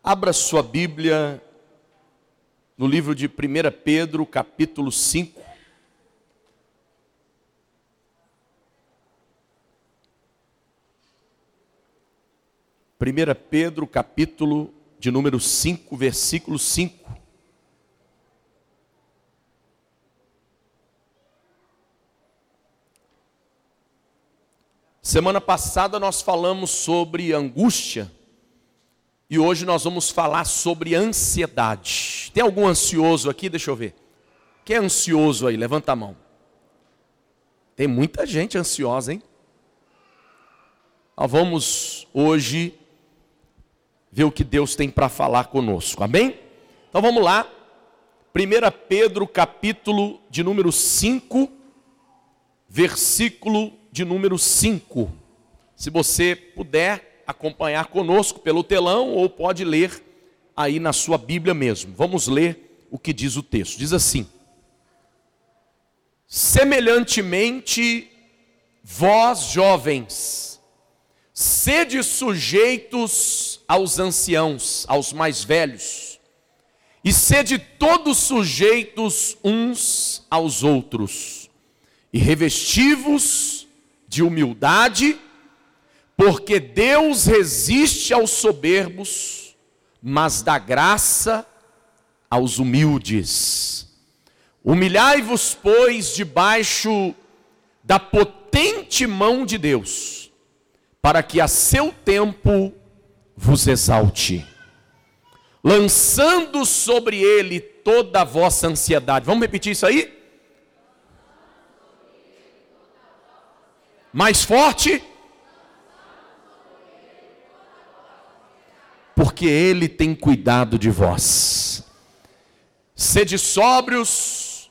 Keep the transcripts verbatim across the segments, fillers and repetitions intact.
Abra sua Bíblia no livro de primeira Pedro, capítulo cinco. primeira Pedro, capítulo de número cinco, versículo cinco. Semana passada nós falamos sobre angústia e hoje nós vamos falar sobre ansiedade. Tem algum ansioso aqui? Deixa eu ver. Quem é ansioso aí? Levanta a mão. Tem muita gente ansiosa, hein? Nós vamos hoje ver o que Deus tem para falar conosco, amém? Então vamos lá. primeira Pedro, capítulo de número cinco, versículo de número cinco. Se você puder acompanhar conosco pelo telão ou pode ler aí na sua Bíblia mesmo. Vamos ler o que diz o texto. Diz assim: semelhantemente, vós jovens, sede sujeitos aos anciãos, aos mais velhos, e sede todos sujeitos uns aos outros, e revesti-vos de humildade, porque Deus resiste aos soberbos, mas dá graça aos humildes. Humilhai-vos, pois, debaixo da potente mão de Deus, para que a seu tempo vos exalte, lançando sobre ele toda a vossa ansiedade. Vamos repetir isso aí? Mais forte. Porque ele tem cuidado de vós. Sede sóbrios,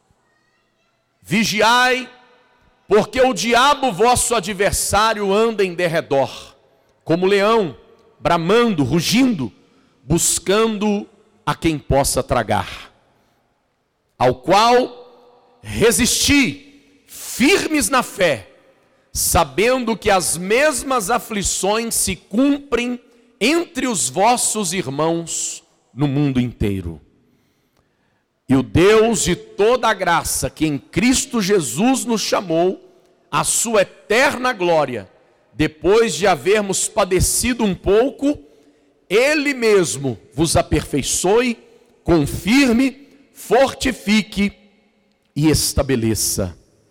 vigiai, porque o diabo, vosso adversário, anda em derredor, como leão, bramando, rugindo, buscando a quem possa tragar. Ao qual resisti, firmes na fé, sabendo que as mesmas aflições se cumprem entre os vossos irmãos no mundo inteiro. E o Deus de toda a graça, que em Cristo Jesus nos chamou à sua eterna glória, depois de havermos padecido um pouco, Ele mesmo vos aperfeiçoe, confirme, fortifique e estabeleça.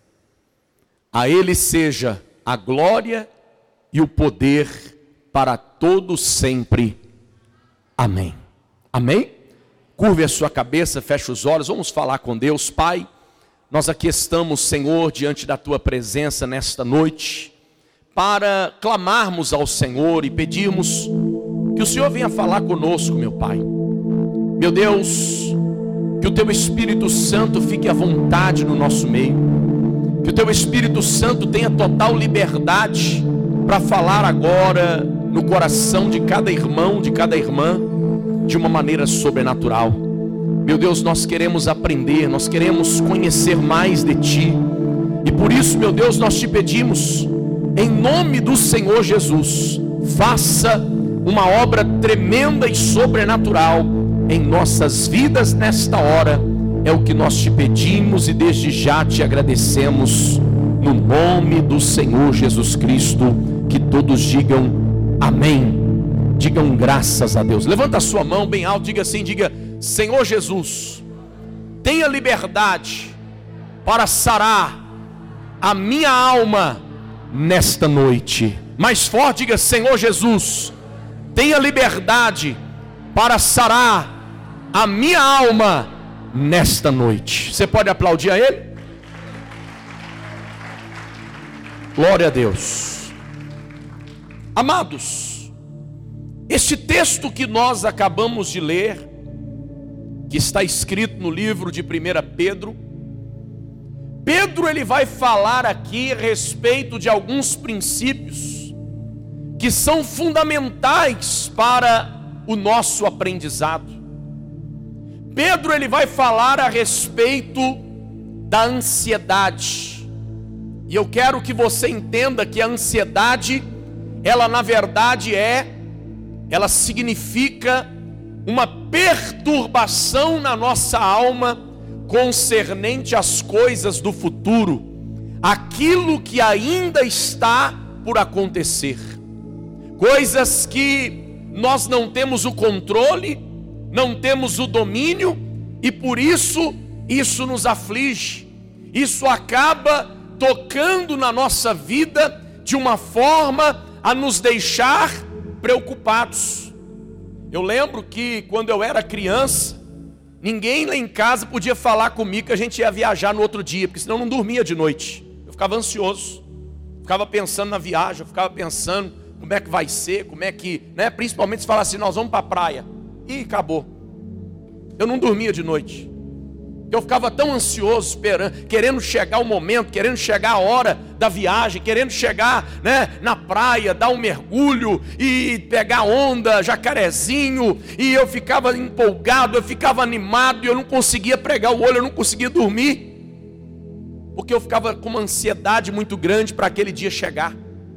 A Ele seja a glória e o poder para todos sempre. Amém. Amém? Curve a sua cabeça, feche os olhos, vamos falar com Deus. Pai, nós aqui estamos, Senhor, diante da Tua presença nesta noite, para clamarmos ao Senhor e pedirmos que o Senhor venha falar conosco, meu Pai. Meu Deus, que o Teu Espírito Santo fique à vontade no nosso meio. Que o Teu Espírito Santo tenha total liberdade para falar agora no coração de cada irmão, de cada irmã, de uma maneira sobrenatural. Meu Deus, nós queremos aprender, nós queremos conhecer mais de Ti. E por isso, meu Deus, nós Te pedimos, em nome do Senhor Jesus, faça uma obra tremenda e sobrenatural em nossas vidas nesta hora. É o que nós Te pedimos e desde já Te agradecemos, no nome do Senhor Jesus Cristo. Que todos digam amém, digam graças a Deus. Levanta a sua mão bem alto, diga assim, diga: Senhor Jesus, tenha liberdade para sarar a minha alma nesta noite. Mais forte, diga: Senhor Jesus, tenha liberdade para sarar a minha alma nesta noite. Você pode aplaudir a Ele? Glória a Deus. Amados, este texto que nós acabamos de ler, que está escrito no livro de primeira Pedro, Pedro ele vai falar aqui a respeito de alguns princípios que são fundamentais para o nosso aprendizado. Pedro ele vai falar a respeito da ansiedade. E eu quero que você entenda que a ansiedade, ela na verdade é, ela significa uma perturbação na nossa alma concernente às coisas do futuro, aquilo que ainda está por acontecer, coisas que nós não temos o controle, não temos o domínio, e por isso, isso nos aflige, isso acaba tocando na nossa vida de uma forma a nos deixar preocupados. Eu lembro que quando eu era criança, ninguém lá em casa podia falar comigo que a gente ia viajar no outro dia, porque senão eu não dormia de noite. Eu ficava ansioso, ficava pensando na viagem, eu ficava pensando como é que vai ser, como é que, né? Principalmente se falasse assim, nós vamos para a praia, e acabou. Eu não dormia de noite. Eu ficava tão ansioso, esperando, querendo chegar o momento, querendo chegar a hora da viagem, querendo chegar, né, na praia, dar um mergulho e pegar onda, jacarezinho, e eu ficava empolgado, eu ficava animado, e eu não conseguia pregar o olho, eu não conseguia dormir, porque eu ficava com uma ansiedade muito grande para aquele dia chegar.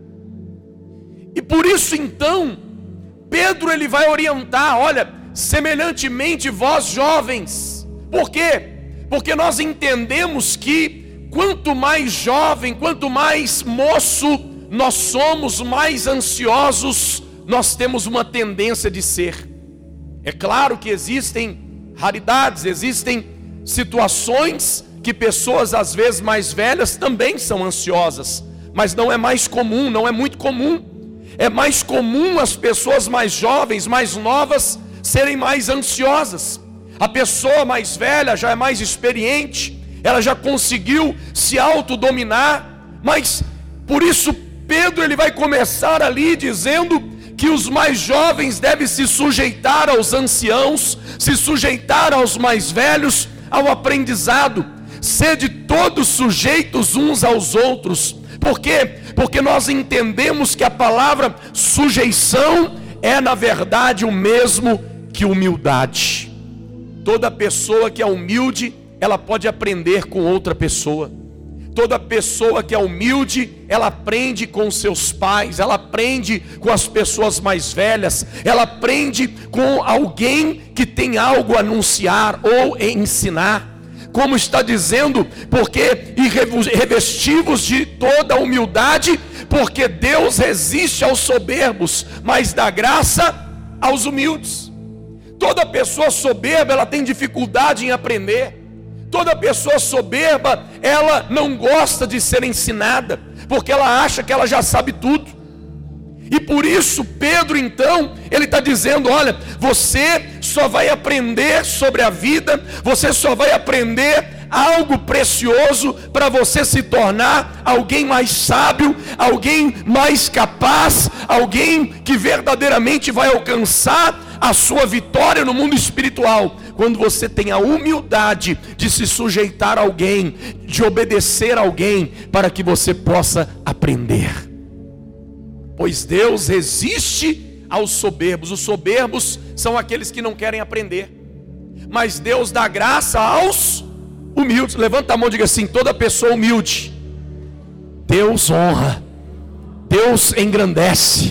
E por isso então, Pedro ele vai orientar, olha, semelhantemente vós jovens. Por quê? Porque nós entendemos que quanto mais jovem, quanto mais moço nós somos, mais ansiosos nós temos uma tendência de ser. É claro que existem raridades, existem situações que pessoas às vezes mais velhas também são ansiosas, mas não é mais comum, não é muito comum. É mais comum as pessoas mais jovens, mais novas, serem mais ansiosas. A pessoa mais velha já é mais experiente, ela já conseguiu se autodominar, mas por isso Pedro ele vai começar ali dizendo que os mais jovens devem se sujeitar aos anciãos, se sujeitar aos mais velhos, ao aprendizado. Sede todos sujeitos uns aos outros. Por quê? Porque nós entendemos que a palavra sujeição é na verdade o mesmo que humildade. Toda pessoa que é humilde, ela pode aprender com outra pessoa. Toda pessoa que é humilde, ela aprende com seus pais, ela aprende com as pessoas mais velhas, ela aprende com alguém que tem algo a anunciar ou ensinar. Como está dizendo, porque e revestivos de toda a humildade, porque Deus resiste aos soberbos, mas dá graça aos humildes. Toda pessoa soberba, ela tem dificuldade em aprender. Toda pessoa soberba, ela não gosta de ser ensinada, porque ela acha que ela já sabe tudo. E por isso Pedro então, ele está dizendo, olha, você só vai aprender sobre a vida, você só vai aprender algo precioso para você se tornar alguém mais sábio, alguém mais capaz, alguém que verdadeiramente vai alcançar a sua vitória no mundo espiritual, quando você tem a humildade de se sujeitar a alguém, de obedecer a alguém, para que você possa aprender. Pois Deus resiste aos soberbos. Os soberbos são aqueles que não querem aprender, mas Deus dá graça aos humildes. Levanta a mão e diga assim: toda pessoa humilde, Deus honra, Deus engrandece.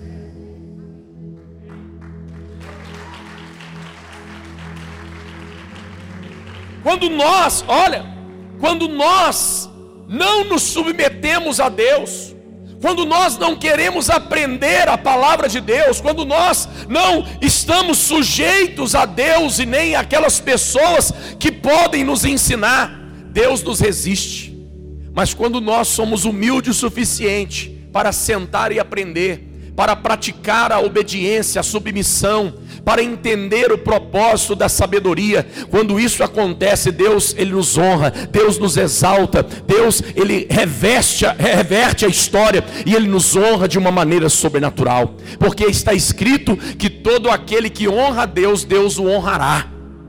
Quando nós, olha, quando nós não nos submetemos a Deus, quando nós não queremos aprender a palavra de Deus, quando nós não estamos sujeitos a Deus e nem aquelas pessoas que podem nos ensinar, Deus nos resiste. Mas quando nós somos humildes o suficiente para sentar e aprender, para praticar a obediência, a submissão, para entender o propósito da sabedoria, quando isso acontece, Deus ele nos honra, Deus nos exalta, Deus ele reveste, reverte a história e ele nos honra de uma maneira sobrenatural, porque está escrito que todo aquele que honra a Deus, Deus o honrará.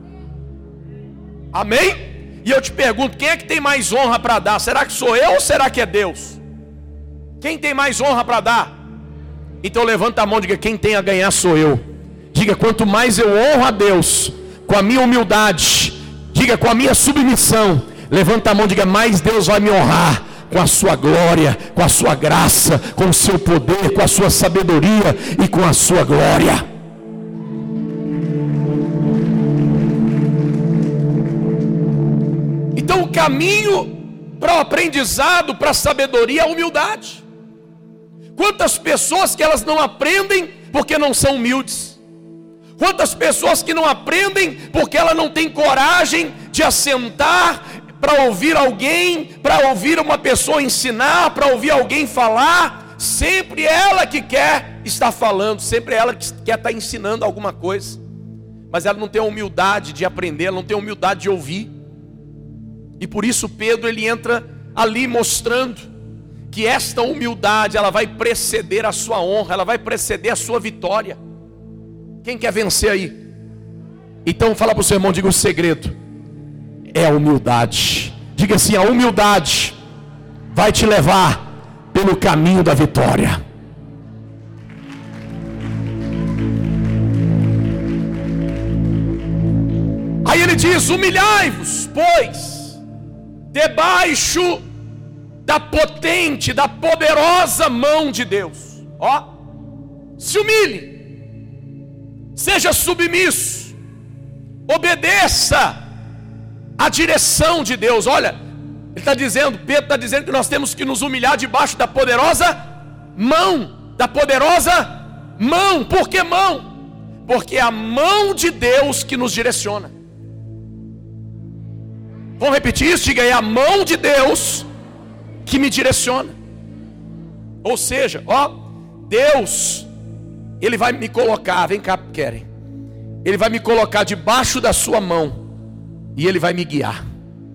Amém? E eu te pergunto, quem é que tem mais honra para dar? Será que sou eu ou será que é Deus? Quem tem mais honra para dar? Então levanta a mão e diga: quem tem a ganhar sou eu. Diga: quanto mais eu honro a Deus com a minha humildade, diga, com a minha submissão, levanta a mão e diga: mais Deus vai me honrar com a sua glória, com a sua graça, com o seu poder, com a sua sabedoria e com a sua glória. caminho para o aprendizado, para a sabedoria, é a humildade. Quantas pessoas que elas não aprendem porque não são humildes? Quantas pessoas que não aprendem porque ela não tem coragem de assentar para ouvir alguém, para ouvir uma pessoa ensinar, para ouvir alguém falar? Sempre ela que quer estar falando, sempre ela que quer estar ensinando alguma coisa, mas ela não tem a humildade de aprender, ela não tem a humildade de ouvir. E por isso Pedro, ele entra ali mostrando que esta humildade, ela vai preceder a sua honra, ela vai preceder a sua vitória. Quem quer vencer aí? Então fala para o seu irmão, diga: o segredo é a humildade. Diga assim: a humildade vai te levar pelo caminho da vitória. Aí ele diz: humilhai-vos, pois, debaixo da potente, da poderosa mão de Deus. Ó, se humilhe, seja submisso, obedeça a direção de Deus. Olha, ele está dizendo, Pedro está dizendo que nós temos que nos humilhar debaixo da poderosa mão, da poderosa mão. Por que mão? Porque é a mão de Deus que nos direciona. Vamos repetir isso? Diga: é a mão de Deus que me direciona. Ou seja, ó, Deus, Ele vai me colocar, vem cá, querem, Ele vai me colocar debaixo da sua mão e Ele vai me guiar.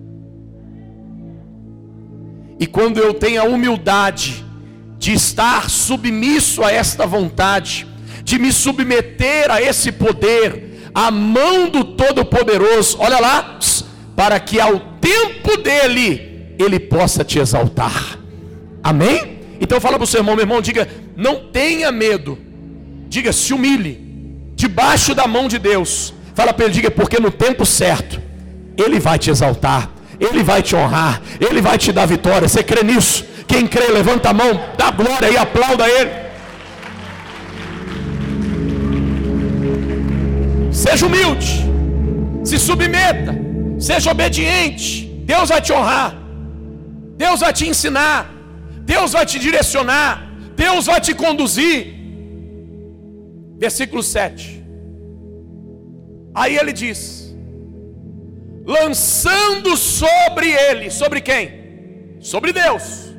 E quando eu tenho a humildade de estar submisso a esta vontade, de me submeter a esse poder, a mão do Todo-Poderoso, olha lá, para que ao tempo dele Ele possa te exaltar. Amém? Então fala para o seu irmão, meu irmão, diga: não tenha medo. Diga: se humilhe debaixo da mão de Deus. Fala para ele, diga: porque no tempo certo Ele vai te exaltar, Ele vai te honrar, Ele vai te dar vitória. Você crê nisso? Quem crê, levanta a mão, dá glória e aplauda Ele. Seja humilde, se submeta, seja obediente. Deus vai te honrar, Deus vai te ensinar, Deus vai te direcionar, Deus vai te conduzir. Versículo sete. Aí ele diz: lançando sobre ele, sobre quem? Sobre Deus,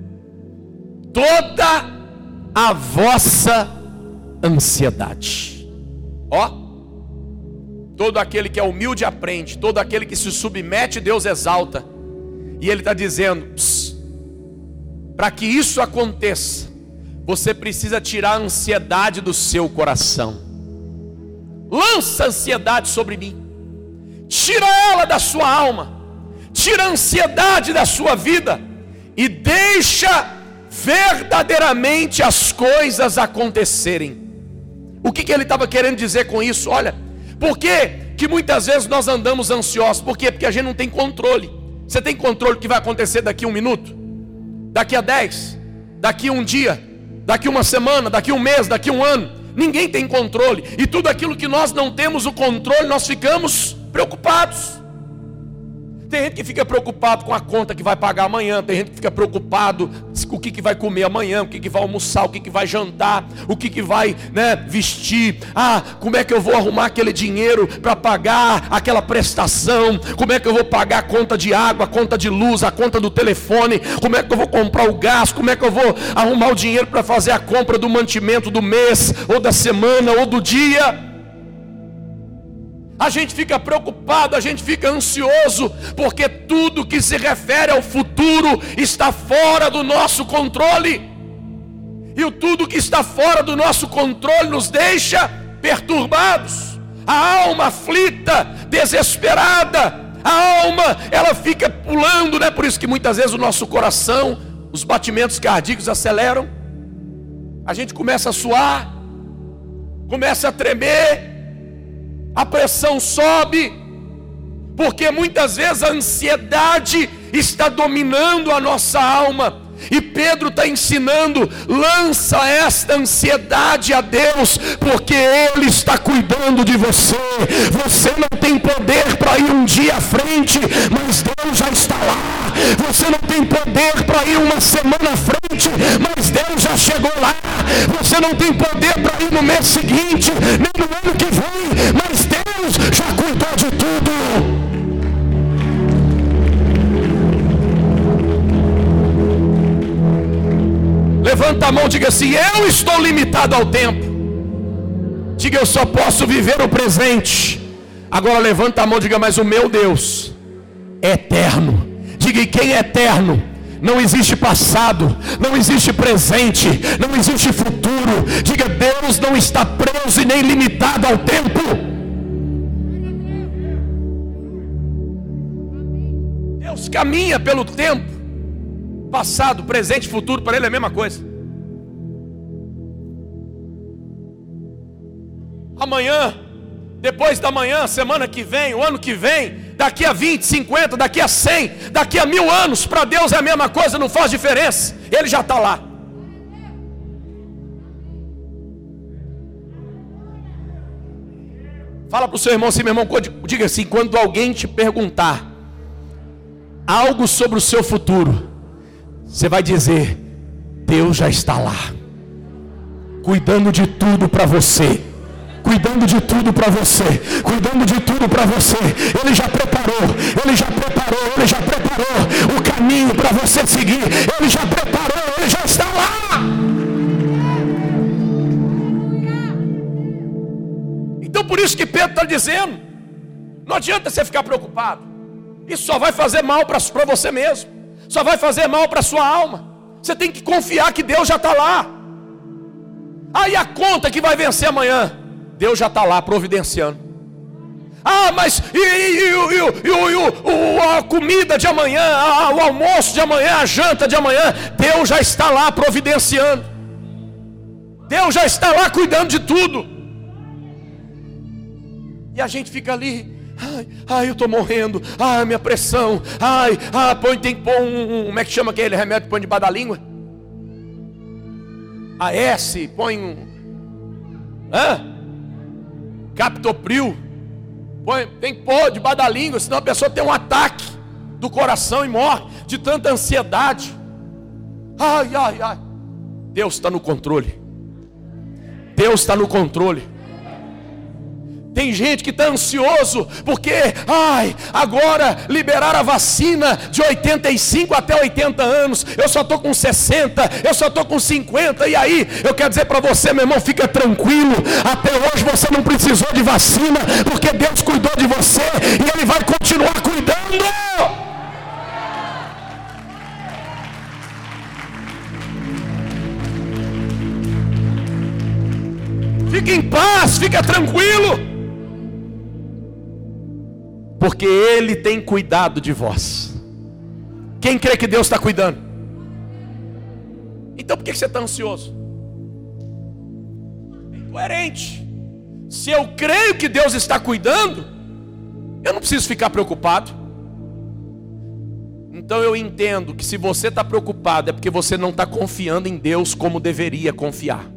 toda a vossa ansiedade. Ó, todo aquele que é humilde aprende, todo aquele que se submete, Deus exalta. E ele está dizendo: para que isso aconteça, você precisa tirar a ansiedade do seu coração. Lança a ansiedade sobre mim, tira ela da sua alma, tira a ansiedade da sua vida e deixa verdadeiramente as coisas acontecerem. O que, que ele estava querendo dizer com isso? Olha, por que que muitas vezes nós andamos ansiosos? Por quê? Porque a gente não tem controle. Você tem controle do que vai acontecer daqui a um minuto? Daqui a dez? Daqui a um dia? Daqui a uma semana? Daqui a um mês? Daqui a um ano? Ninguém tem controle. E tudo aquilo que nós não temos o controle, nós ficamos preocupados. Tem gente que fica preocupado com a conta que vai pagar amanhã. Tem gente que fica preocupado com o que, que vai comer amanhã, o que, que vai almoçar, o que, que vai jantar, o que, que vai, né, vestir. Ah, como é que eu vou arrumar aquele dinheiro para pagar aquela prestação? Como é que eu vou pagar a conta de água, a conta de luz, a conta do telefone? Como é que eu vou comprar o gás? Como é que eu vou arrumar o dinheiro para fazer a compra do mantimento do mês, ou da semana, ou do dia? A gente fica preocupado, a gente fica ansioso, porque tudo que se refere ao futuro está fora do nosso controle. E o tudo que está fora do nosso controle nos deixa perturbados. A alma aflita, desesperada. A alma, ela fica pulando, né? Por isso que muitas vezes o nosso coração, os batimentos cardíacos aceleram. A gente começa a suar, começa a tremer, a pressão sobe, porque muitas vezes a ansiedade está dominando a nossa alma. E Pedro está ensinando: lança esta ansiedade a Deus, porque Ele está cuidando de você. Você não tem poder para ir um dia à frente, mas Deus já está lá. Você não tem poder para ir uma semana à frente, mas Deus já chegou lá. Você não tem poder para ir no mês seguinte, nem no ano que vem, mas Deus já cuidou de tudo. Levanta a mão, diga assim: eu estou limitado ao tempo. Diga: eu só posso viver o presente. Agora levanta a mão, diga: mas o meu Deus é eterno. Diga: e quem é eterno? Não existe passado, não existe presente, não existe futuro. Diga: Deus não está preso e nem limitado ao tempo. Deus caminha pelo tempo. Passado, presente, futuro, para Ele é a mesma coisa. Amanhã, depois da manhã, semana que vem, o ano que vem, daqui a vinte, cinquenta, daqui a cem, daqui a mil anos, para Deus é a mesma coisa, não faz diferença. Ele já está lá. Fala para o seu irmão assim: meu irmão, diga assim: quando alguém te perguntar algo sobre o seu futuro, você vai dizer: Deus já está lá, cuidando de tudo para você. Cuidando de tudo para você, cuidando de tudo para você. Ele já preparou, Ele já preparou, Ele já preparou o caminho para você seguir. Ele já preparou, Ele já está lá. Então por isso que Pedro está dizendo: não adianta você ficar preocupado. Isso só vai fazer mal para você mesmo, só vai fazer mal para a sua alma. Você tem que confiar que Deus já está lá. Aí a conta que vai vencer amanhã, Deus já está lá providenciando. Ah, mas e, e, e, e, e, e a comida de amanhã, a, o almoço de amanhã, a janta de amanhã, Deus já está lá providenciando. Deus já está lá cuidando de tudo. E a gente fica ali: ai, ai, eu estou morrendo, ai, minha pressão, ai, ah, põe, tem que pôr um, um, como é que chama aquele remédio que põe debaixo da língua? A S, põe um, hã? Captopril, põe, tem que pôr debaixo da língua, senão a pessoa tem um ataque do coração e morre de tanta ansiedade. Ai, ai, ai. Deus está no controle. Deus está no controle. Tem gente que está ansioso porque, ai, agora liberaram a vacina de oitenta e cinco até oitenta anos. Eu só estou com sessenta, eu só estou com cinquenta. E aí, eu quero dizer para você, meu irmão, fica tranquilo. Até hoje você não precisou de vacina, porque Deus cuidou de você e Ele vai continuar cuidando. Fique em paz, fica tranquilo, porque Ele tem cuidado de vós. Quem crê que Deus está cuidando? Então por que você está ansioso? É incoerente. Se eu creio que Deus está cuidando, eu não preciso ficar preocupado. Então eu entendo que se você está preocupado, é porque você não está confiando em Deus como deveria confiar.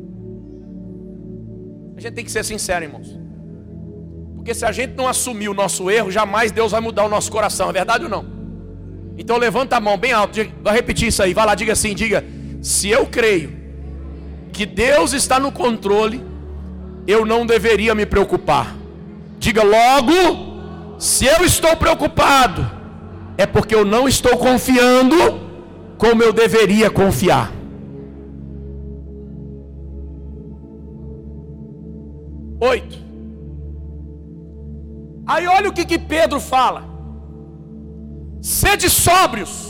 A gente tem que ser sincero, irmãos. Porque se a gente não assumir o nosso erro, jamais Deus vai mudar o nosso coração, é verdade ou não? Então levanta a mão bem alto, diga, vai repetir isso aí, vai lá, diga assim, diga: se eu creio que Deus está no controle, eu não deveria me preocupar. Diga logo: se eu estou preocupado, é porque eu não estou confiando como eu deveria confiar. Oito. Aí olha o que, que Pedro fala: sede sóbrios,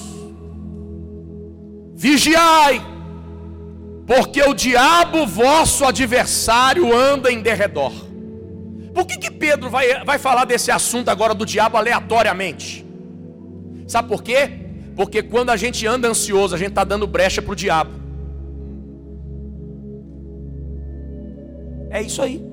vigiai, porque o diabo vosso adversário anda em derredor. Por que, que Pedro vai, vai falar desse assunto agora do diabo aleatoriamente? Sabe por quê? Porque quando a gente anda ansioso, a gente está dando brecha para o diabo. É isso aí.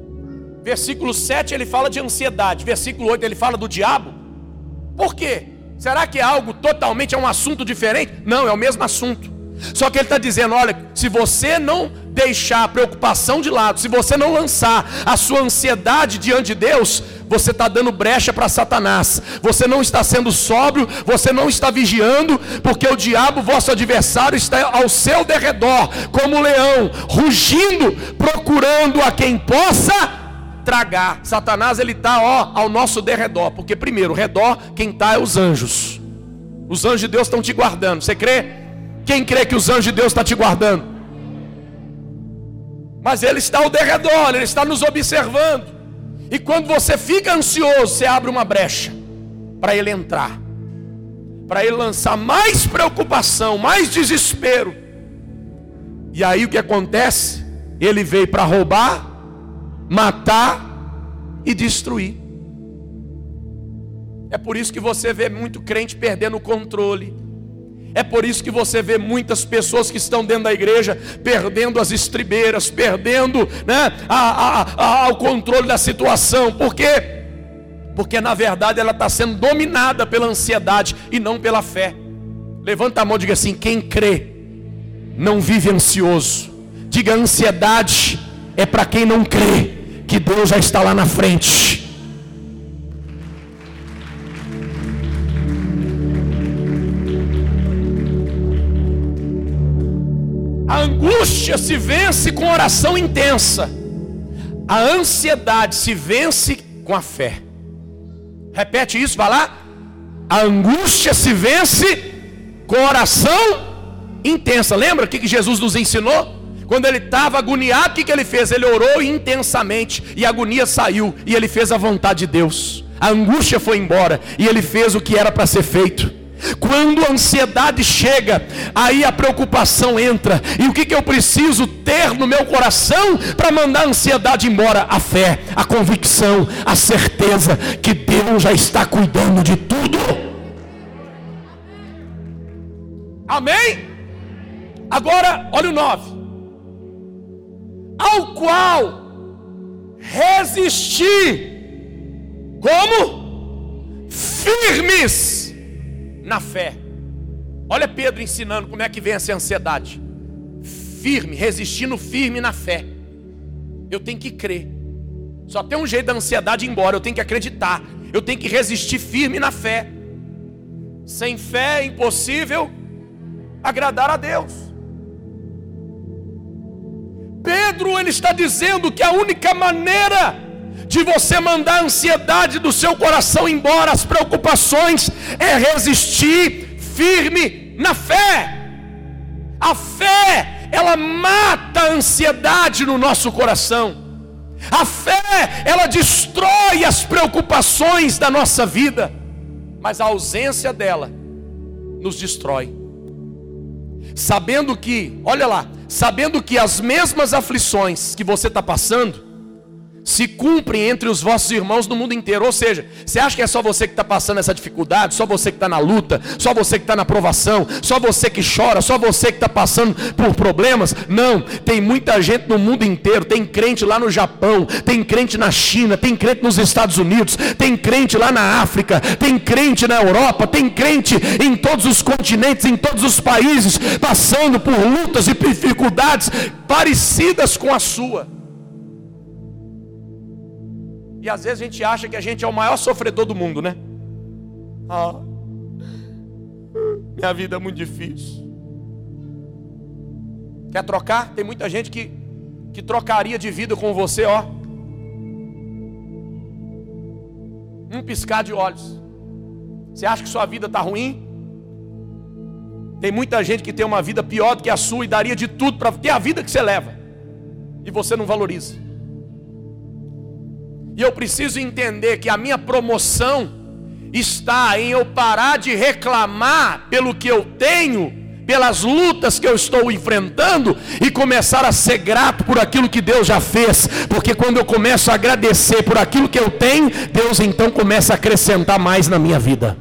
Versículo sete ele fala de ansiedade, versículo oito ele fala do diabo. Por quê? Será que é algo totalmente, é um assunto diferente? Não, é o mesmo assunto. Só que ele está dizendo, olha, se você não deixar a preocupação de lado, se você não lançar a sua ansiedade diante de Deus, você está dando brecha para Satanás. Você não está sendo sóbrio, você não está vigiando, porque o diabo, vosso adversário, está ao seu derredor, como um leão, rugindo, procurando a quem possa tragar. Satanás, ele está ó, ao nosso derredor, porque primeiro, redor, quem está é os anjos. Os anjos de Deus estão te guardando, você crê? Quem crê que os anjos de Deus estão te guardando? Mas ele está ao derredor, ele está nos observando. E quando você fica ansioso, você abre uma brecha para ele entrar, para ele lançar mais preocupação, mais desespero. E aí o que acontece? Ele veio para roubar, matar e destruir. É por isso que você vê muito crente perdendo o controle. É por isso que você vê muitas pessoas que estão dentro da igreja perdendo as estribeiras, perdendo, né, a, a, a, o controle da situação. Por quê? Porque na verdade ela está sendo dominada pela ansiedade e não pela fé. Levanta a mão e diga assim: quem crê não vive ansioso. Diga: ansiedade é para quem não crê que Deus já está lá na frente. A angústia se vence com oração intensa. A ansiedade se vence com a fé. Repete isso, vai lá. A angústia se vence com oração intensa. Lembra o que Jesus nos ensinou? Quando ele estava agoniado, o que ele fez? Ele orou intensamente e a agonia saiu e ele fez a vontade de Deus. A angústia foi embora e ele fez o que era para ser feito. Quando a ansiedade chega, aí a preocupação entra. E o que, que eu preciso ter no meu coração para mandar a ansiedade embora? A fé, a convicção, a certeza que Deus já está cuidando de tudo. Amém? Agora, olha o nove. Ao qual resistir, como? Firmes na fé. Olha Pedro ensinando como é que vem essa ansiedade. Firme, resistindo firme na fé. Eu tenho que crer. Só tem um jeito da ansiedade ir embora. Eu tenho que acreditar. Eu tenho que resistir firme na fé. Sem fé é impossível agradar a Deus. Pedro, ele está dizendo que a única maneira de você mandar a ansiedade do seu coração embora, as preocupações, é resistir firme na fé. A fé, ela mata a ansiedade no nosso coração. A fé, ela destrói as preocupações da nossa vida, mas a ausência dela nos destrói. Sabendo que, olha lá, sabendo que as mesmas aflições que você está passando se cumprem entre os vossos irmãos no mundo inteiro. Ou seja, você acha que é só você que está passando essa dificuldade, só você que está na luta, só você que está na provação, só você que chora, só você que está passando por problemas? Não, tem muita gente no mundo inteiro. Tem crente lá no Japão, tem crente na China, tem crente nos Estados Unidos, tem crente lá na África, tem crente na Europa, tem crente em todos os continentes, em todos os países, passando por lutas e dificuldades parecidas com a sua. E às vezes a gente acha que a gente é o maior sofredor do mundo, né? Ah, minha vida é muito difícil. Quer trocar? Tem muita gente que, que trocaria de vida com você, ó. Um piscar de olhos. Você acha que sua vida está ruim? Tem muita gente que tem uma vida pior do que a sua e daria de tudo para ter a vida que você leva. E você não valoriza. E eu preciso entender que a minha promoção está em eu parar de reclamar pelo que eu tenho, pelas lutas que eu estou enfrentando, e começar a ser grato por aquilo que Deus já fez. Porque quando eu começo a agradecer por aquilo que eu tenho, Deus então começa a acrescentar mais na minha vida.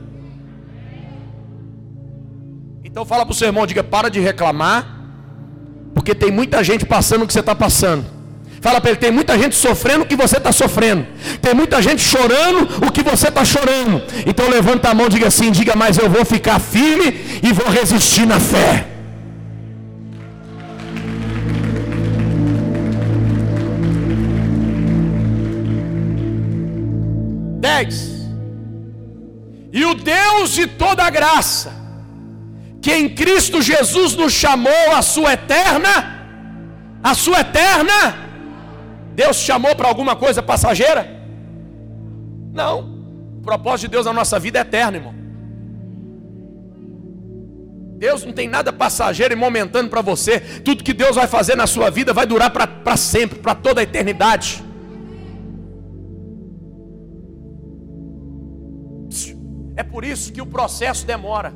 Então fala para o seu irmão, diga: para de reclamar, porque tem muita gente passando o que você está passando. Fala para ele, tem muita gente sofrendo o que você está sofrendo. Tem muita gente chorando o que você está chorando. Então levanta a mão e diga assim, diga, mas eu vou ficar firme e vou resistir na fé. dez. E o Deus de toda graça, que em Cristo Jesus nos chamou à sua eterna, a sua eterna, Deus te chamou para alguma coisa passageira? Não. O propósito de Deus na nossa vida é eterno, irmão. Deus não tem nada passageiro e momentâneo para você. Tudo que Deus vai fazer na sua vida vai durar para sempre, para toda a eternidade. É por isso que o processo demora.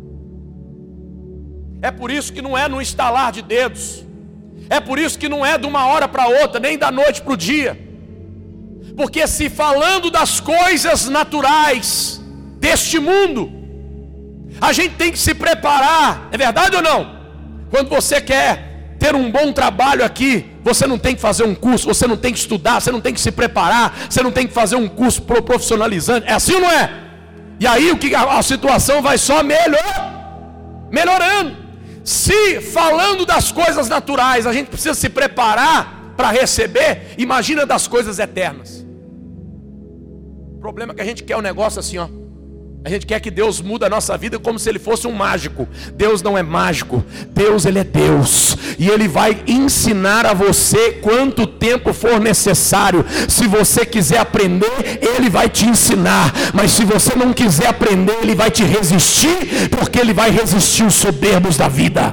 É por isso que não é no estalar de dedos. É por isso que não é de uma hora para outra, nem da noite para o dia. Porque se falando das coisas naturais deste mundo, a gente tem que se preparar, é verdade ou não? Quando você quer ter um bom trabalho aqui, você não tem que fazer um curso, você não tem que estudar, você não tem que se preparar, você não tem que fazer um curso profissionalizante, é assim ou não é? E aí o que a, a situação vai só melhor, melhorando. Se falando das coisas naturais a gente precisa se preparar para receber, imagina das coisas eternas. O problema é que a gente quer um negócio assim, ó. A gente quer que Deus mude a nossa vida como se Ele fosse um mágico. Deus não é mágico. Deus, Ele é Deus. E Ele vai ensinar a você quanto tempo for necessário. Se você quiser aprender, Ele vai te ensinar. Mas se você não quiser aprender, Ele vai te resistir, porque Ele vai resistir os soberbos da vida.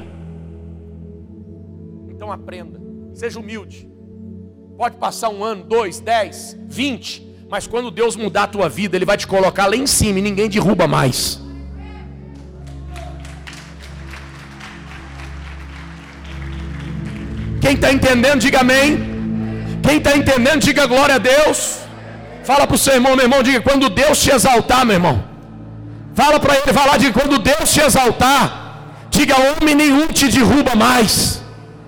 Então aprenda. Seja humilde. Pode passar um ano, dois, dez, vinte... Mas quando Deus mudar a tua vida, Ele vai te colocar lá em cima e ninguém derruba mais. Quem está entendendo, diga amém. Quem está entendendo, diga glória a Deus. Fala para o seu irmão, meu irmão, diga, quando Deus te exaltar, meu irmão. Fala para ele, vai lá, diga, quando Deus te exaltar, diga, homem nenhum te derruba mais.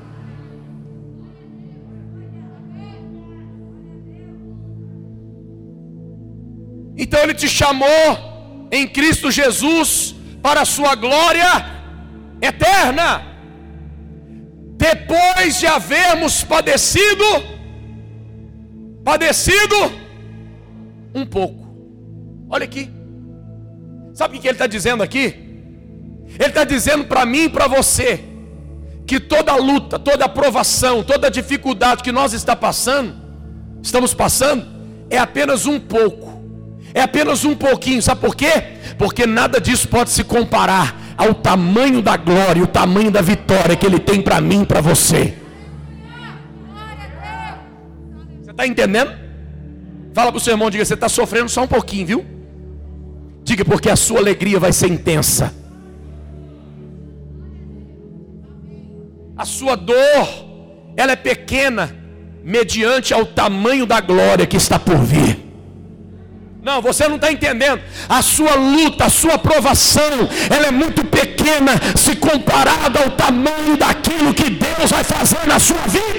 Então Ele te chamou em Cristo Jesus para a sua glória eterna. Depois de havermos padecido, padecido um pouco. Olha aqui. Sabe o que Ele está dizendo aqui? Ele está dizendo para mim e para você que toda luta, toda provação, toda dificuldade que nós está passando, estamos passando, é apenas um pouco. É apenas um pouquinho, sabe por quê? Porque nada disso pode se comparar ao tamanho da glória, o tamanho da vitória que Ele tem para mim e para você. Você está entendendo? Fala para o seu irmão, diga, você está sofrendo só um pouquinho, viu? Diga, porque a sua alegria vai ser intensa. A sua dor, ela é pequena, mediante ao tamanho da glória que está por vir. Não, você não está entendendo. A sua luta, a sua provação, ela é muito pequena se comparada ao tamanho daquilo que Deus vai fazer na sua vida.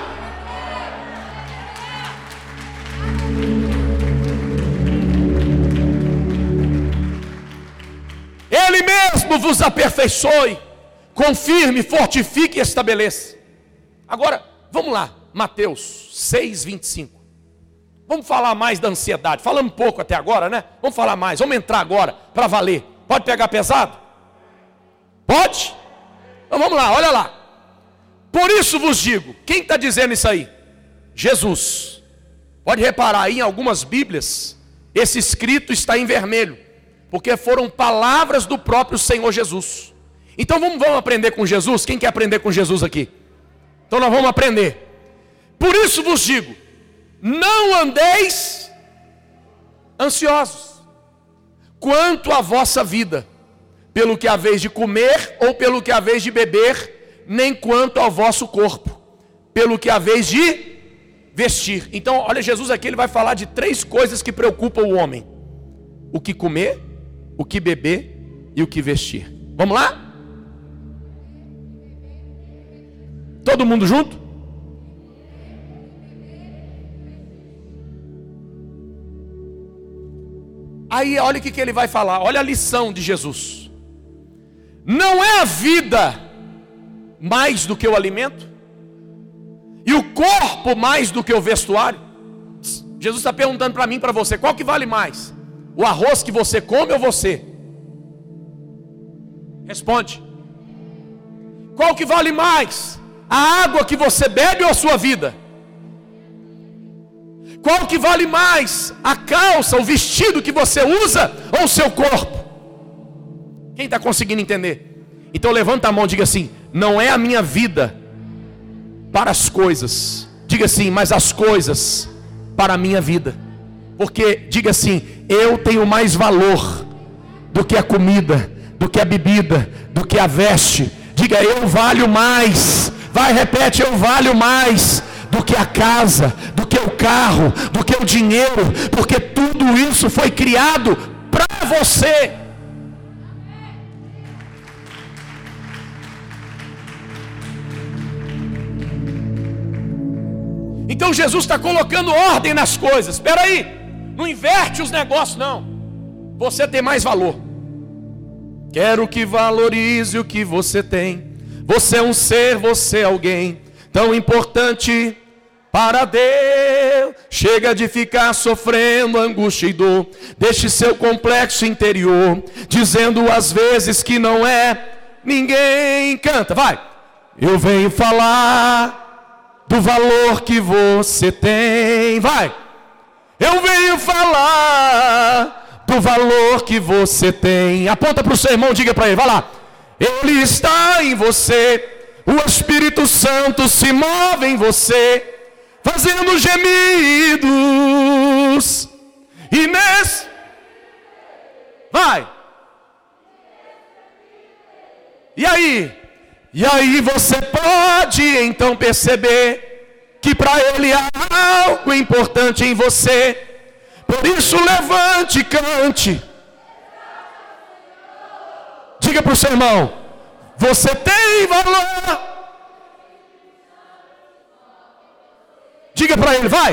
Ele mesmo vos aperfeiçoe, confirme, fortifique e estabeleça. Agora, vamos lá, Mateus seis, vinte e cinco. Vamos falar mais da ansiedade. Falamos um pouco até agora, né? Vamos falar mais. Vamos entrar agora para valer. Pode pegar pesado? Pode? Então vamos lá, olha lá. Por isso vos digo. Quem está dizendo isso aí? Jesus. Pode reparar aí em algumas Bíblias, esse escrito está em vermelho, porque foram palavras do próprio Senhor Jesus. Então vamos, vamos aprender com Jesus? Quem quer aprender com Jesus aqui? Então nós vamos aprender. Por isso vos digo, não andeis ansiosos quanto à vossa vida, pelo que haveis de comer ou pelo que haveis de beber, nem quanto ao vosso corpo, pelo que haveis de vestir. Então, olha, Jesus aqui ele vai falar de três coisas que preocupam o homem: o que comer, o que beber e o que vestir. Vamos lá? Todo mundo junto? Aí olha o que, que ele vai falar, olha a lição de Jesus. Não é a vida mais do que o alimento? E o corpo mais do que o vestuário? Jesus está perguntando para mim e para você, qual que vale mais? O arroz que você come ou você? Responde. Qual que vale mais? A água que você bebe ou a sua vida? Qual que vale mais? A calça, o vestido que você usa ou o seu corpo? Quem está conseguindo entender? Então levanta a mão e diga assim, não é a minha vida para as coisas. Diga assim, mas as coisas para a minha vida. Porque, diga assim, eu tenho mais valor do que a comida, do que a bebida, do que a veste. Diga, eu valho mais. Vai, repete, eu valho mais do que a casa, do que o carro, do que o dinheiro. Porque tudo isso foi criado para você. Então Jesus está colocando ordem nas coisas. Espera aí, não inverte os negócios não. Você tem mais valor. Quero que valorize o que você tem. Você é um ser, você é alguém tão importante para Deus. Chega de ficar sofrendo angústia e dor. Deixe seu complexo interior, dizendo às vezes que não é. Ninguém canta, vai. Eu venho falar do valor que você tem, vai. Eu venho falar do valor que você tem. Aponta para o seu irmão, diga para ele, vai lá. Ele está em você, o Espírito Santo se move em você, fazendo gemidos. E nesse, vai. E aí? E aí você pode então perceber que para Ele há algo importante em você. Por isso levante e cante. Diga para o seu irmão, você tem valor. Diga para ele, vai.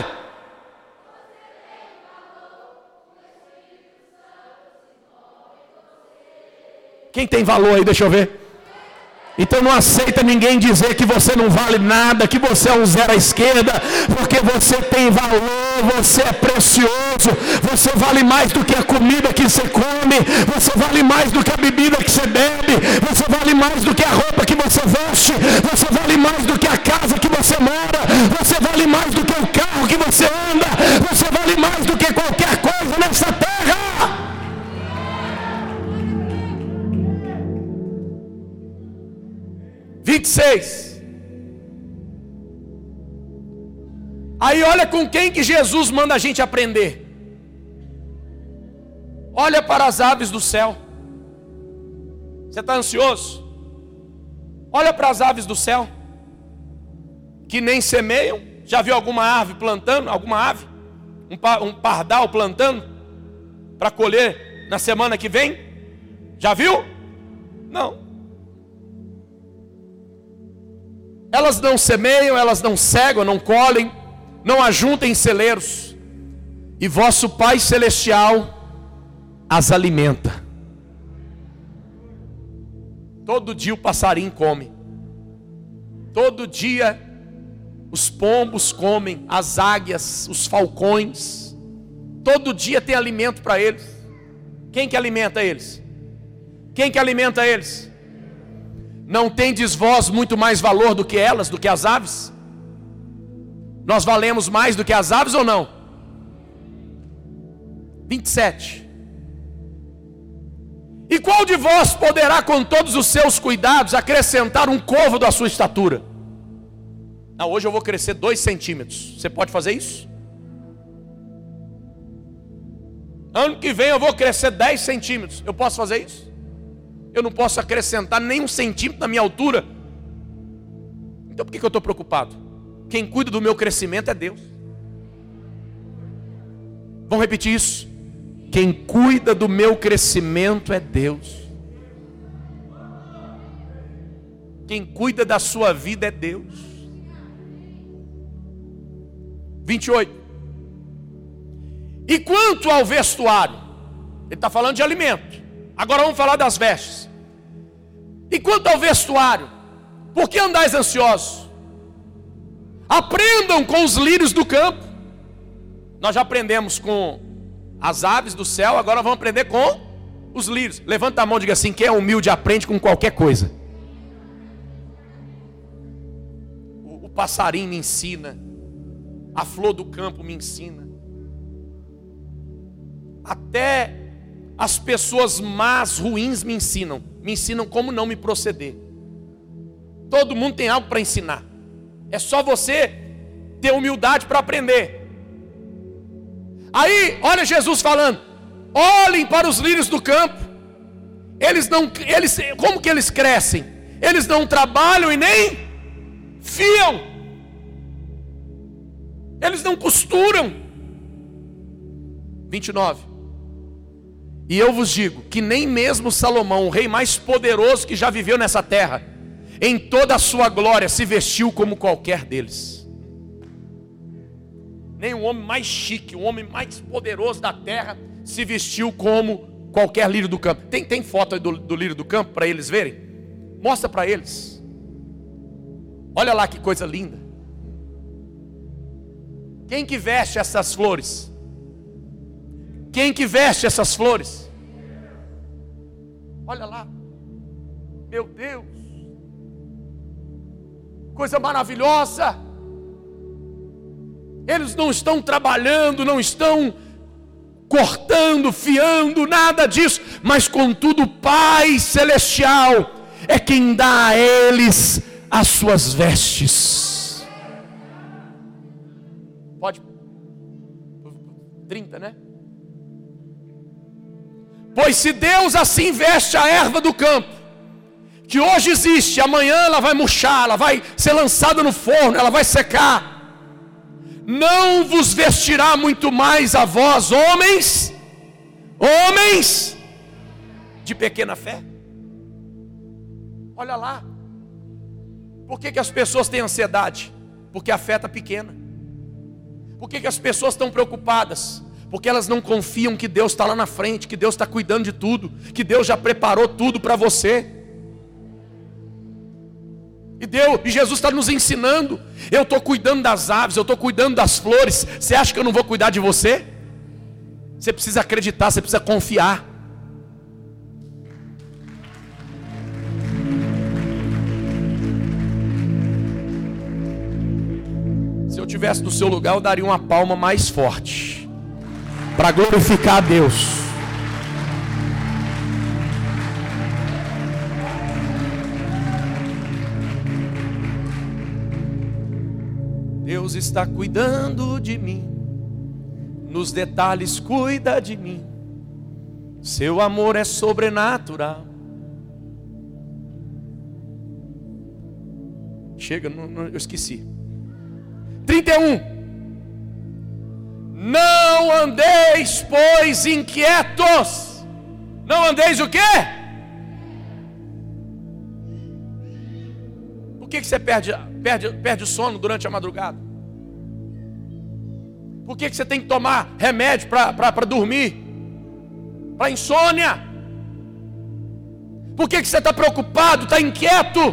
Quem tem valor aí, deixa eu ver. Então não aceita ninguém dizer que você não vale nada, que você é um zero à esquerda, porque você tem valor, você é precioso, você vale mais do que a comida que você come, você vale mais do que a bebida que você bebe, você vale mais do que a roupa que você veste, você vale mais do que a casa que você mora, você vale mais do que o carro que você anda, você vale mais do que qualquer coisa nessa terra. vinte e seis. Aí olha com quem que Jesus manda a gente aprender. Olha para as aves do céu. Você está ansioso? Olha para as aves do céu, que nem semeiam. Já viu alguma árvore plantando? Alguma ave? Um, pa, um pardal plantando para colher na semana que vem? Já viu? Não. Elas não semeiam, elas não cegam, não colhem, não ajuntem em celeiros, e vosso Pai Celestial as alimenta. Todo dia o passarinho come, todo dia os pombos comem, as águias, os falcões, todo dia tem alimento para eles. Quem que alimenta eles? Quem que alimenta eles? Não tendes vós muito mais valor do que elas, do que as aves? Nós valemos mais do que as aves ou não? vinte e sete. E qual de vós poderá com todos os seus cuidados acrescentar um côvado à sua estatura? Ah, hoje eu vou crescer dois centímetros. Você pode fazer isso? Ano que vem eu vou crescer dez centímetros. Eu posso fazer isso? Eu não posso acrescentar nem um centímetro na minha altura. Então por que, que eu estou preocupado? Quem cuida do meu crescimento é Deus. Vamos repetir isso? Quem cuida do meu crescimento é Deus. Quem cuida da sua vida é Deus. vinte e oito. E quanto ao vestuário, Ele está falando de alimento. Agora vamos falar das vestes. E quanto ao vestuário, por que andais ansiosos? Aprendam com os lírios do campo. Nós já aprendemos com as aves do céu, agora vamos aprender com os lírios. Levanta a mão e diga assim: quem é humilde aprende com qualquer coisa. O, o passarinho me ensina, a flor do campo me ensina. Até as pessoas más, ruins me ensinam. Me ensinam como não me proceder. Todo mundo tem algo para ensinar. É só você ter humildade para aprender. Aí, olha Jesus falando: olhem para os lírios do campo. Eles não, eles, como que eles crescem? Eles não trabalham e nem fiam. Eles não costuram. vinte e nove. E eu vos digo que nem mesmo Salomão, o rei mais poderoso que já viveu nessa terra, em toda a sua glória, se vestiu como qualquer deles. Nem o homem mais chique, o homem mais poderoso da terra, se vestiu como qualquer lírio do campo. Tem, tem foto aí do, do lírio do campo para eles verem? Mostra para eles. Olha lá que coisa linda. Quem que veste essas flores? Quem que veste essas flores? Olha lá. Meu Deus. Coisa maravilhosa. Eles não estão trabalhando, não estão cortando, fiando, nada disso. Mas contudo o Pai Celestial é quem dá a eles as suas vestes. Pode. trinta, né? Pois se Deus assim veste a erva do campo, que hoje existe, amanhã ela vai murchar, ela vai ser lançada no forno, ela vai secar, não vos vestirá muito mais a vós, homens, homens de pequena fé? Olha lá. Por que que as pessoas têm ansiedade? Porque a fé está pequena. Por que que as pessoas estão preocupadas? Porque elas não confiam que Deus está lá na frente, que Deus está cuidando de tudo, que Deus já preparou tudo para você. E Deus, e Jesus está nos ensinando: eu estou cuidando das aves, eu estou cuidando das flores. Você acha que eu não vou cuidar de você? Você precisa acreditar, você precisa confiar. Se eu estivesse no seu lugar, eu daria uma palma mais forte, para glorificar a Deus. Deus está cuidando de mim, nos detalhes cuida de mim. Seu amor é sobrenatural. Chega, não, não, eu esqueci. trinta e um. Não andeis, pois, inquietos. Não andeis o quê? Por que que você perde, perde, perde o sono durante a madrugada? Por que que você tem que tomar remédio para dormir? Para insônia? Por que que você está preocupado, está inquieto?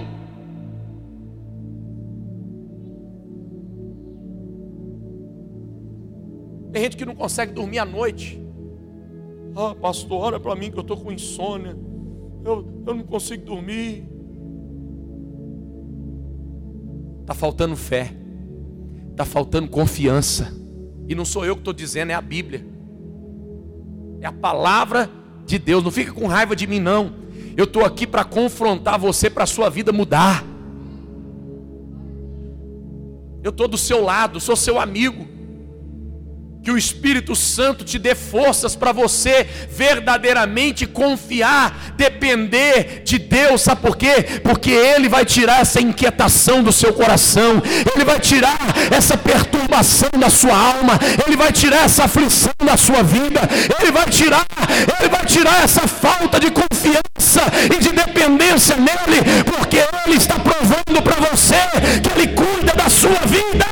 Tem gente que não consegue dormir à noite. Ah, pastor, olha para mim que eu estou com insônia. Eu, eu não consigo dormir. Está faltando fé. Está faltando confiança. E não sou eu que estou dizendo, é a Bíblia. É a palavra de Deus. Não fica com raiva de mim não. Eu estou aqui para confrontar você, para a sua vida mudar. Eu estou do seu lado, sou seu amigo. Que o Espírito Santo te dê forças para você verdadeiramente confiar, depender de Deus. Sabe por quê? Porque Ele vai tirar essa inquietação do seu coração, Ele vai tirar essa perturbação da sua alma, Ele vai tirar essa aflição da sua vida, Ele vai tirar, Ele vai tirar essa falta de confiança e de dependência nele, porque Ele está provando para você que Ele cuida da sua vida.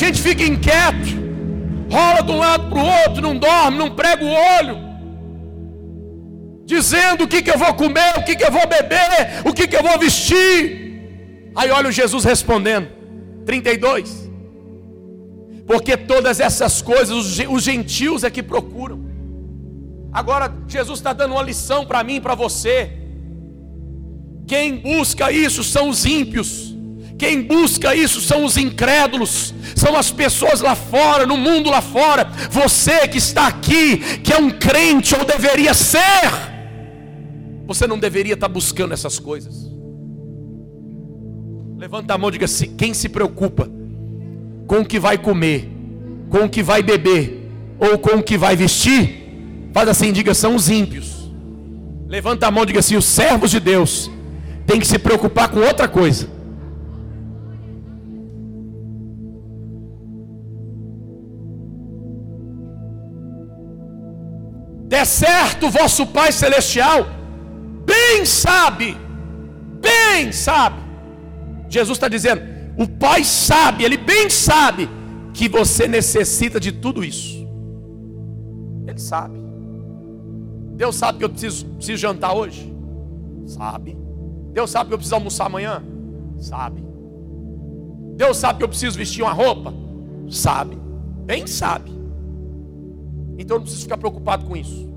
gente fica inquieto, rola de um lado para o outro, não dorme, não prega o olho, dizendo o que, que eu vou comer, o que, que eu vou beber, o que, que eu vou vestir. Aí olha o Jesus respondendo, trinta e dois. Porque todas essas coisas os gentios é que procuram. Agora Jesus está dando uma lição para mim e para você. Quem busca isso são os ímpios. Quem busca isso são os incrédulos. São as pessoas lá fora, no mundo lá fora. Você que está aqui, que é um crente ou deveria ser, você não deveria estar buscando essas coisas. Levanta a mão e diga assim: quem se preocupa com o que vai comer, com o que vai beber ou com o que vai vestir, faz assim, diga: são os ímpios. Levanta a mão e diga assim: os servos de Deus têm que se preocupar com outra coisa. De certo vosso Pai Celestial bem sabe, bem sabe, Jesus está dizendo, o Pai sabe, Ele bem sabe que você necessita de tudo isso. Ele sabe. Deus sabe que eu preciso, preciso jantar hoje? Sabe. Deus sabe que eu preciso almoçar amanhã? Sabe. Deus sabe que eu preciso vestir uma roupa? Sabe. Bem sabe. Então eu não preciso ficar preocupado com isso.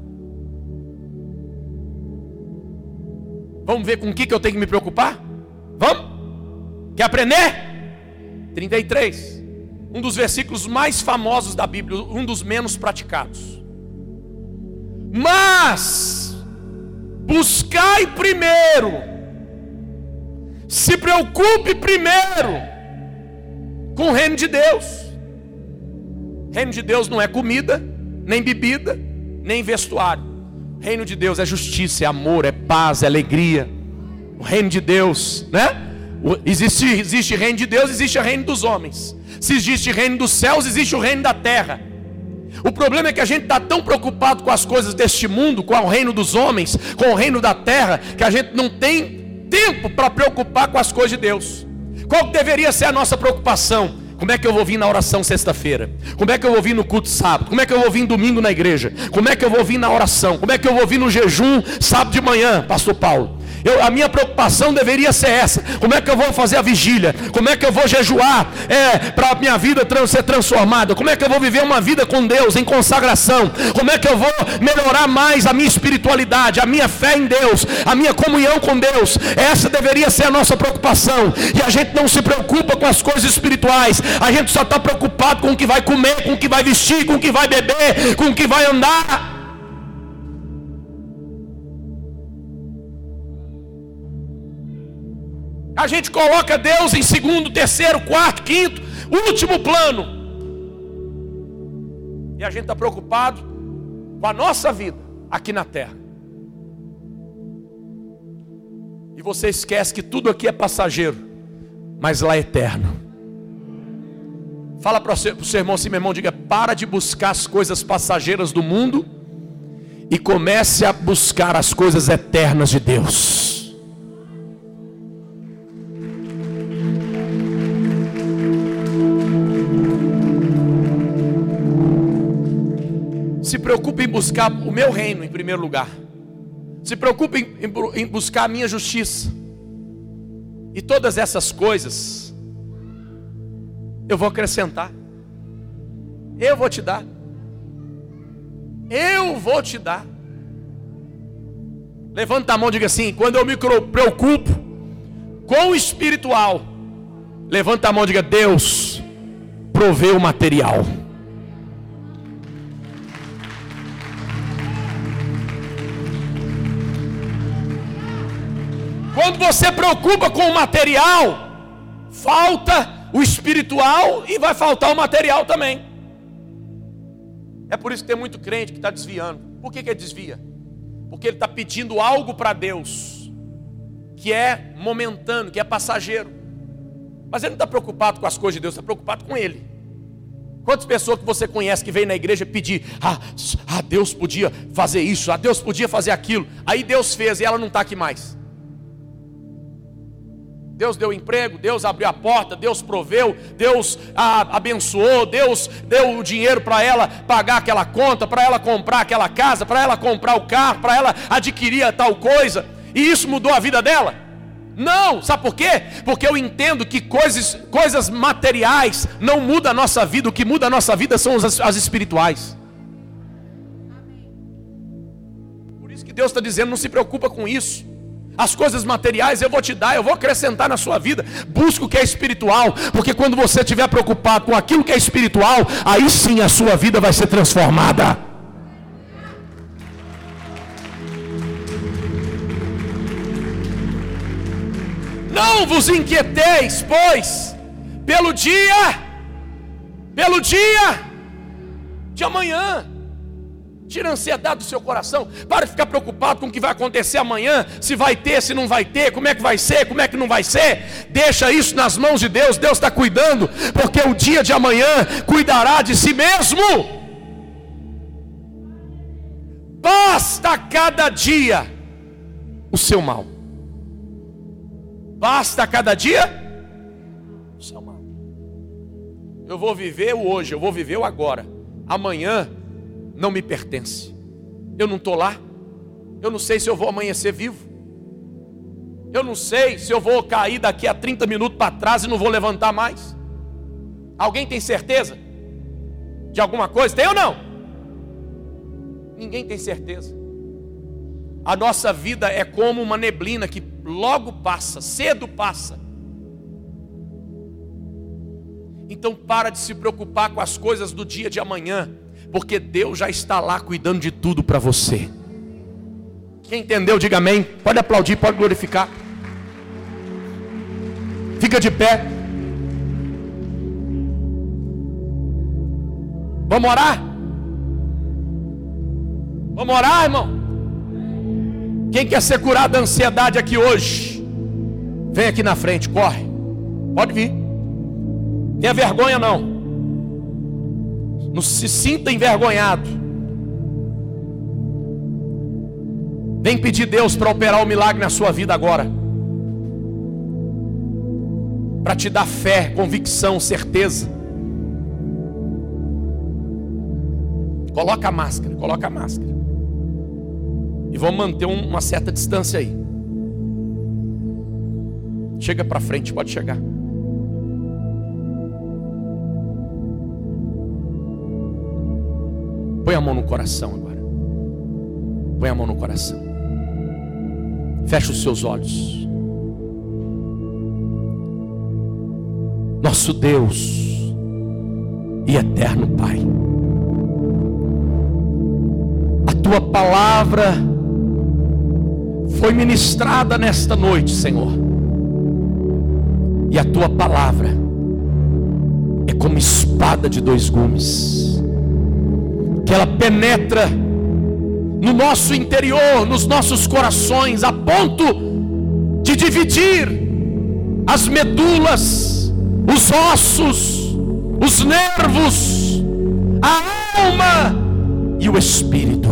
Vamos ver com o que, que eu tenho que me preocupar? Vamos? Quer aprender? trinta e três. Um dos versículos mais famosos da Bíblia, um dos menos praticados. Mas buscai primeiro, se preocupe primeiro com o reino de Deus. Reino de Deus não é comida, nem bebida, nem vestuário. O reino de Deus é justiça, é amor, é paz, é alegria. O reino de Deus, né? Existe, existe reino de Deus, existe o reino dos homens. Se existe reino dos céus, existe o reino da terra. O problema é que a gente está tão preocupado com as coisas deste mundo, com o reino dos homens, com o reino da terra, que a gente não tem tempo para preocupar com as coisas de Deus. Qual que deveria ser a nossa preocupação? Como é que eu vou vir na oração sexta-feira? Como é que eu vou vir no culto sábado? Como é que eu vou vir domingo na igreja? Como é que eu vou vir na oração? Como é que eu vou vir no jejum sábado de manhã, pastor Paulo? Eu, a minha preocupação deveria ser essa: como é que eu vou fazer a vigília? Como é que eu vou jejuar é, para a minha vida trans, ser transformada? Como é que eu vou viver uma vida com Deus em consagração? Como é que eu vou melhorar mais a minha espiritualidade, a minha fé em Deus, a minha comunhão com Deus? Essa deveria ser a nossa preocupação. E a gente não se preocupa com as coisas espirituais. A gente só está preocupado com o que vai comer, com o que vai vestir, com o que vai beber, com o que vai andar. A gente coloca Deus em segundo, terceiro, quarto, quinto, último plano. E a gente está preocupado com a nossa vida aqui na terra. E você esquece que tudo aqui é passageiro, mas lá é eterno. Fala para o seu irmão assim, meu irmão, diga: para de buscar as coisas passageiras do mundo e comece a buscar as coisas eternas de Deus. Se preocupe em buscar o meu reino em primeiro lugar. Se preocupe em, em, em buscar a minha justiça. E todas essas coisas eu vou acrescentar. Eu vou te dar. Eu vou te dar. Levanta a mão e diga assim: quando eu me preocupo com o espiritual, levanta a mão e diga: Deus provê o material. Quando você preocupa com o material, falta o espiritual e vai faltar o material também. É por isso que tem muito crente que está desviando. Por que que ele desvia? Porque ele está pedindo algo para Deus que é momentâneo, que é passageiro. Mas ele não está preocupado com as coisas de Deus, está preocupado com ele. Quantas pessoas que você conhece que vem na igreja pedir: ah, ah, Deus podia fazer isso, ah, Deus podia fazer aquilo. Aí Deus fez e ela não está aqui mais. Deus deu emprego, Deus abriu a porta, Deus proveu, Deus a, abençoou, Deus deu o dinheiro para ela pagar aquela conta, para ela comprar aquela casa, para ela comprar o carro, para ela adquirir a tal coisa, e isso mudou a vida dela? Não, sabe por quê? Porque eu entendo que coisas, coisas materiais não mudam a nossa vida, o que muda a nossa vida são as, as espirituais. Por isso que Deus está dizendo, não se preocupa com isso. As coisas materiais eu vou te dar, eu vou acrescentar na sua vida. Busca o que é espiritual, porque quando você estiver preocupado com aquilo que é espiritual, aí sim a sua vida vai ser transformada. Não vos inquieteis, pois, pelo dia, pelo dia de amanhã. Tira a ansiedade do seu coração. Para de ficar preocupado com o que vai acontecer amanhã. Se vai ter, se não vai ter, como é que vai ser, como é que não vai ser. Deixa isso nas mãos de Deus. Deus está cuidando, porque o dia de amanhã cuidará de si mesmo. Basta cada dia o seu mal. Basta cada dia o seu mal. Eu vou viver o hoje, eu vou viver o agora. Amanhã não me pertence. Eu não estou lá. Eu não sei se eu vou amanhecer vivo. Eu não sei se eu vou cair daqui a trinta minutos para trás e não vou levantar mais. Alguém tem certeza de alguma coisa? Tem ou não? Ninguém tem certeza. A nossa vida é como uma neblina que logo passa, cedo passa. Então para de se preocupar com as coisas do dia de amanhã, porque Deus já está lá cuidando de tudo para você. Quem entendeu, diga amém. Pode aplaudir, pode glorificar. Fica de pé. Vamos orar? Vamos orar, irmão? Quem quer ser curado da ansiedade aqui hoje, vem aqui na frente, corre. Pode vir. Tenha vergonha não. Não se sinta envergonhado. Vem pedir Deus para operar o milagre na sua vida agora, para te dar fé, convicção, certeza. Coloca a máscara, coloca a máscara. E vamos manter uma certa distância aí. Chega para frente, pode chegar. Põe a mão no coração agora. Põe a mão no coração. Fecha os seus olhos. Nosso Deus e eterno Pai, a Tua palavra foi ministrada nesta noite, Senhor. E a Tua palavra é como espada de dois gumes, que ela penetra no nosso interior, nos nossos corações, a ponto de dividir as medulas, os ossos, os nervos, a alma e o espírito.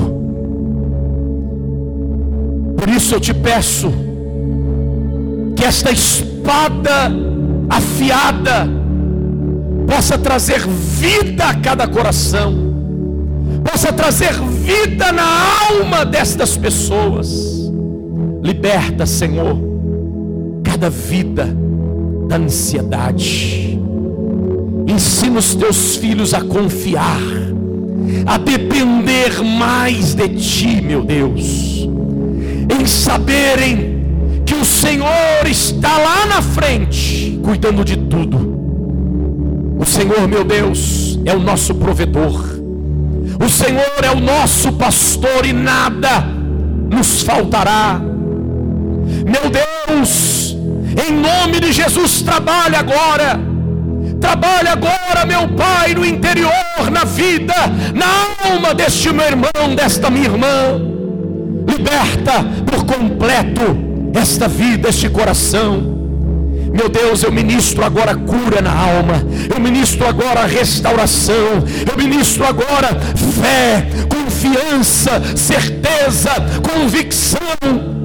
Por isso eu te peço que esta espada afiada possa trazer vida a cada coração, possa trazer vida na alma destas pessoas. Liberta, Senhor, cada vida da ansiedade. Ensina os teus filhos a confiar, a depender mais de Ti, meu Deus, em saberem que o Senhor está lá na frente, cuidando de tudo. O Senhor, meu Deus, é o nosso provedor. O Senhor é o nosso pastor e nada nos faltará. Meu Deus, em nome de Jesus, trabalha agora. Trabalha agora, meu Pai, no interior, na vida, na alma deste meu irmão, desta minha irmã. Liberta por completo esta vida, este coração. Meu Deus, eu ministro agora cura na alma, eu ministro agora restauração, eu ministro agora fé, confiança, certeza, convicção.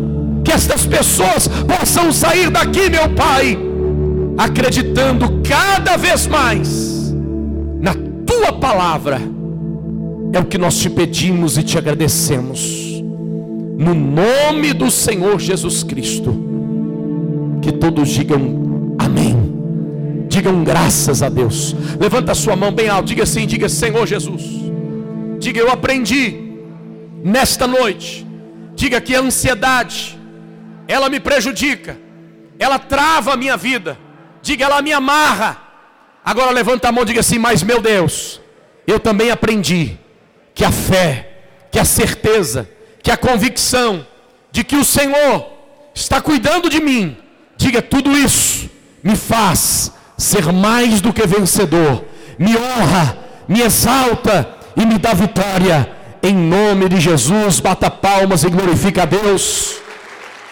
Que estas pessoas possam sair daqui, meu Pai, acreditando cada vez mais na Tua palavra. É o que nós te pedimos e te agradecemos, no nome do Senhor Jesus Cristo. Que todos digam amém, digam graças a Deus. Levanta a sua mão bem alto, diga assim, diga: Senhor Jesus. Diga: eu aprendi nesta noite. Diga que a ansiedade, ela me prejudica, ela trava a minha vida. Diga: ela me amarra. Agora levanta a mão e diga assim: mas meu Deus, eu também aprendi que a fé, que a certeza, que a convicção de que o Senhor está cuidando de mim, diga, tudo isso me faz ser mais do que vencedor, me honra, me exalta e me dá vitória. Em nome de Jesus, bata palmas e glorifica a Deus.